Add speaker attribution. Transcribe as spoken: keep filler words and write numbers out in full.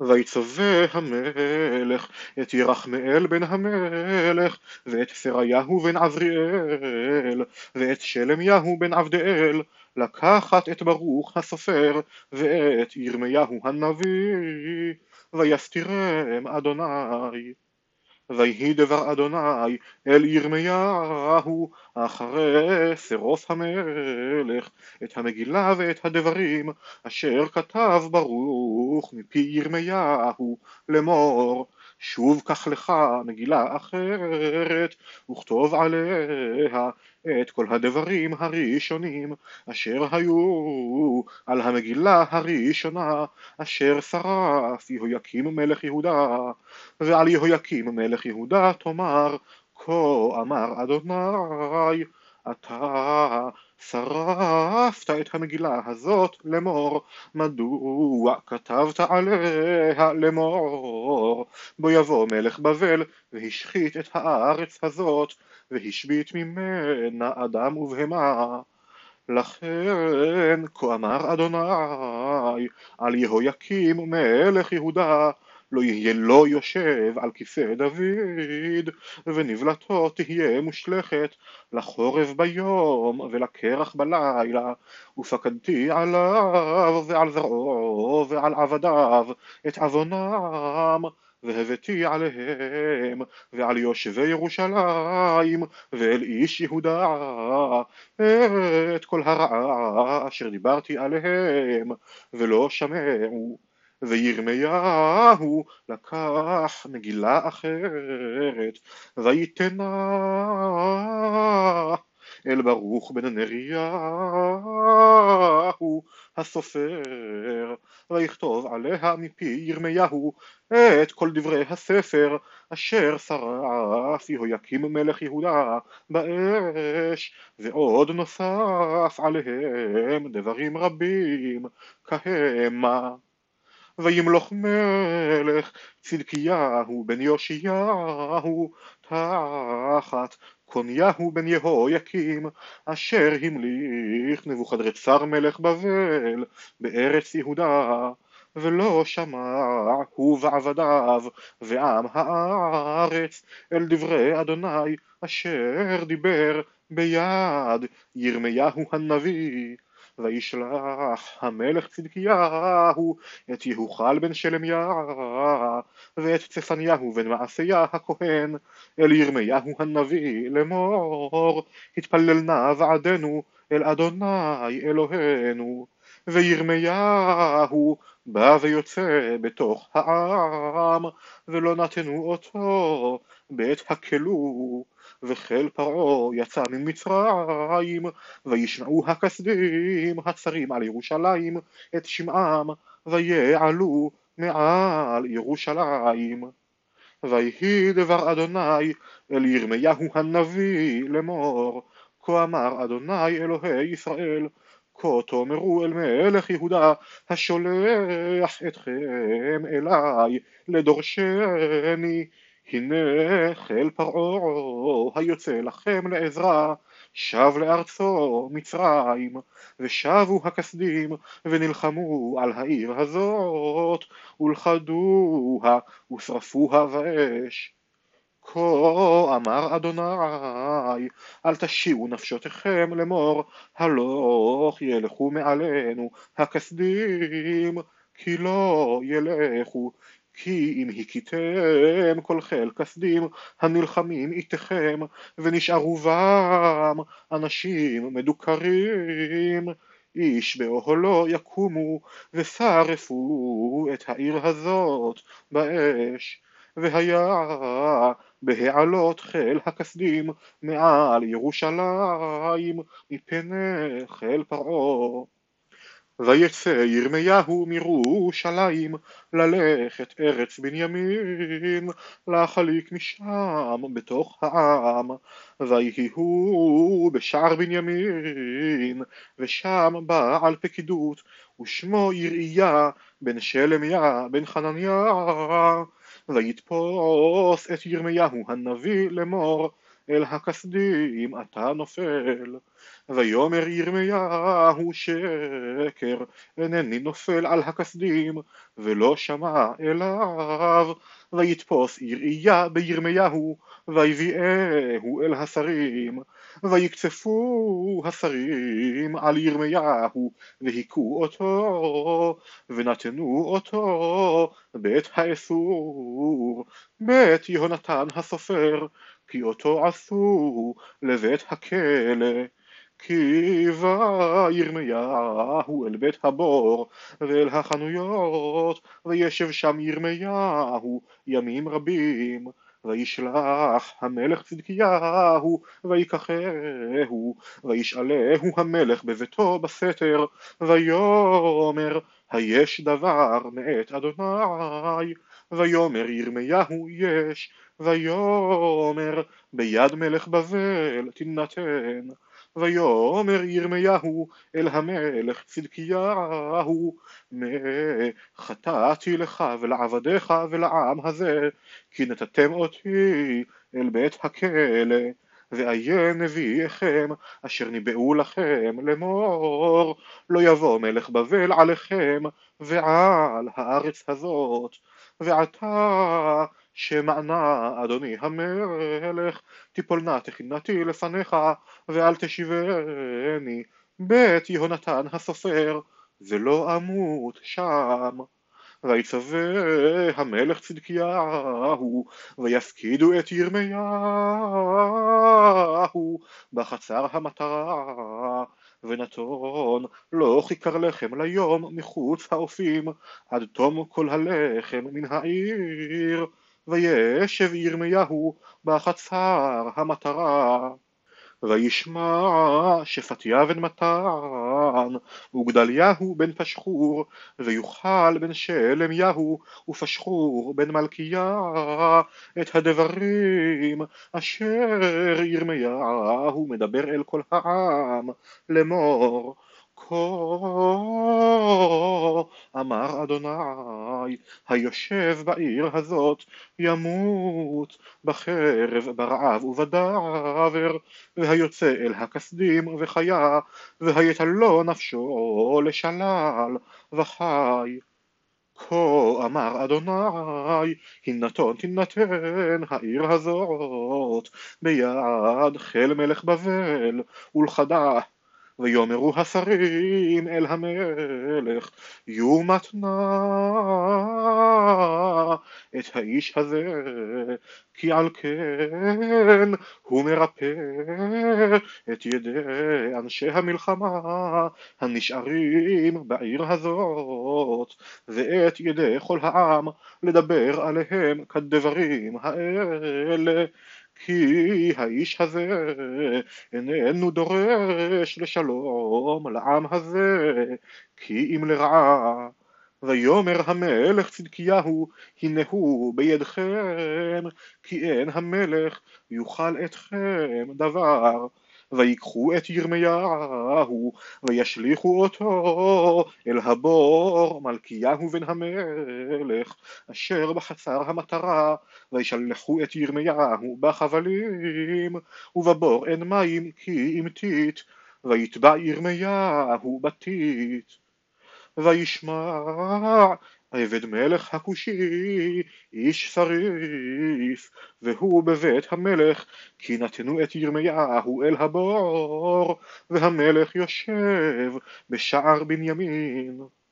Speaker 1: ויצווה המלך את ירחמאל בן המלך ואת סריהו בן עזריאל ואת שלמיהו בן עבדיאל לקחת את ברוך הסופר ואת ירמיהו הנביא ויסתירם אדוני. ויהי דבר אדוני אל ירמיהו אחרי שרוף המלך את המגילה ואת הדברים אשר כתב ברוך מפי ירמיהו לאמור, שוב קח לך מגילה אחרת וכתוב עליה את כל הדברים הראשונים אשר היו על המגילה הראשונה אשר שרף יהויקים מלך יהודה, ועל יהויקים מלך יהודה תאמר, כה אמר אדוני, אתה שרפת את המגילה הזאת לאמור, מדוע כתבת עליה לאמור, בו יבוא מלך בבל והשחית את הארץ הזאת והשבית ממנה אדם ובהמה. לכן כה אמר אדוני על יהויקים מלך יהודה, לא יהיה לו יושב על כיסא דוד, ונבלתו תהיה מושלכת לחורב ביום ולקרח בלילה, ופקדתי עליו ועל זרעו ועל עבדיו את עוונם, והבאתי עליהם ועל יושבי ירושלים ואל איש יהודה את כל הרעה אשר דיברתי עליהם ולא שמעו. וירמיהו לקח מגילה אחרת ויתנה אל ברוך בן נריהו הסופר, ויכתוב עליה מפי ירמיהו את כל דברי הספר אשר שרף יהויקים מלך יהודה באש, ועוד נוסף עליהם דברים רבים כהמה. וימלוך מלך צדקיהו בן יאשיהו תחת קוניהו בן יהויקים אשר המליך נבוכדרצר מלך בבל בארץ יהודה, ולא שמע הוא ועבדיו ועם הארץ אל דברי אדוני אשר דיבר ביד ירמיהו הנביא. וישלח המלך צדקיהו את יהוחל בן שלמיה ואת צפניהו בן מעשיה הכהן אל ירמיהו הנביא לאמור, התפללנה ועדנו אל אדוני אלוהינו. וירמיהו בא ויוצא בתוך העם ולא נתנו אותו בעת הקלו, וחיל פרעה יצא ממצרים, וישמעו הכסדים הצרים על ירושלים את שמעם ויעלו מעל ירושלים. ויהי דבר אדוני אל ירמיהו הנביא לאמור, כה אמר אדוני אלוהי ישראל, כה תאמרו אל מלך יהודה השולח אתכם אליי לדורשני, הנה חיל פרעה היוצא לכם לעזרה שב לארצו מצרים, ושבו הכסדים ונלחמו על העיר הזאת ולכדוה ושרפוה באש. כה אמר אדוני, אל תשירו נפשותיכם לאמור, הלוך ילכו מעלינו הכסדים, כי לא ילכו, כי אם הכיתם כל חיל כסדים הנלחמים איתכם, ונשארו בם אנשים מדוכרים, איש באוהלו יקומו ושרפו את העיר הזאת באש. והיה בהעלות חיל הכסדים מעל ירושלים מפני חיל פרעה. ויצא ירמיהו מירושלים ללכת ארץ בנימין להחליק משם בתוך העם, ויהי הוא בשער בנימין, ושם בעל פקידות ושמו יראיה בן שלמיה בן חנניה, ויתפוס את ירמיהו הנביא לאמור, אל הכסדים אתה נופל. ויאמר ירמיהו שקר, אינני נופל על הכסדים, ולא שמע אליו. ויתפוס יראיה בירמיהו, ויביאהו אל השרים, ויקצפו השרים על ירמיהו, והיכו אותו, ונתנו אותו בית האסור, בית יהונתן הסופר, כי אותו עשו לבית הכלא. כי בא ירמיהו אל בית הבור ואל החנויות, וישב שם ירמיהו ימים רבים. וישלח המלך צדקיהו ויקחהו, וישאלהו המלך בביתו בסתר, ויאמר היש דבר מאת אדוני? ויאמר ירמיהו יש. ויאמר ביד מלך בבל תינתן. ויאמר ירמיהו אל המלך צדקיהו, מה חטאתי לך ולעבדיך ולעם הזה, כי נתתם אותי אל בית הכלא, ואיה נביאיכם אשר ניבאו לכם לאמור, לא יבוא מלך בבל עליכם ועל הארץ הזאת. ועתה שמענה אדוני המלך, תיפולנה תחינתי לפניך, ואל תשיבני בית יהונתן הסופר, ולא אמות שם. ויצווה המלך צדקיהו, ויפקידו את ירמיהו בחצר המטרה, ונתון לא כיכר לחם ליום מחוץ האופים, עד תום כל הלחם מן העיר. וישב ירמיהו בחצר המטרה. וישמע שפטיה בן מתן וגדליהו בן פשחור ויוכל בן שלמיהו ופשחור בן מלכיה את הדברים אשר ירמיהו מדבר אל כל העם לאמור, כה אמר אדוני, היושב בעיר הזאת ימות בחרב ברעב ובדבר, והיוצא אל הכסדים וחיה, והיתלו נפשו לשלל וחי. כה אמר אדוני, הנתון תינתן העיר הזאת ביד חיל מלך בבל ולכדה. ויאמרו השרים אל המלך, יהיו מתנה את האיש הזה, כי על כן הוא מרפא את ידי אנשי המלחמה הנשארים בעיר הזאת, ואת ידי כל העם לדבר עליהם כדברים האלה. כי האיש הזה איננו דורש לשלום לעם הזה, כי אם לרעה. ויאמר המלך צדקיהו, הנה הוא בידכם, כי אין המלך יוכל אתכם דבר. ויקחו את ירמיהו וישליכו אותו אל הבור מלכיהו בן המלך אשר בחצר המטרה, וישלחו את ירמיהו בחבלים, ובבור אין מים כי אם טיט, ויטבע ירמיהו בטיט. וישמע עבד מלך הכושי איש שריף, והוא בבית המלך, כי נתנו את ירמיהו אל הבור, והמלך יושב בשער בנימין.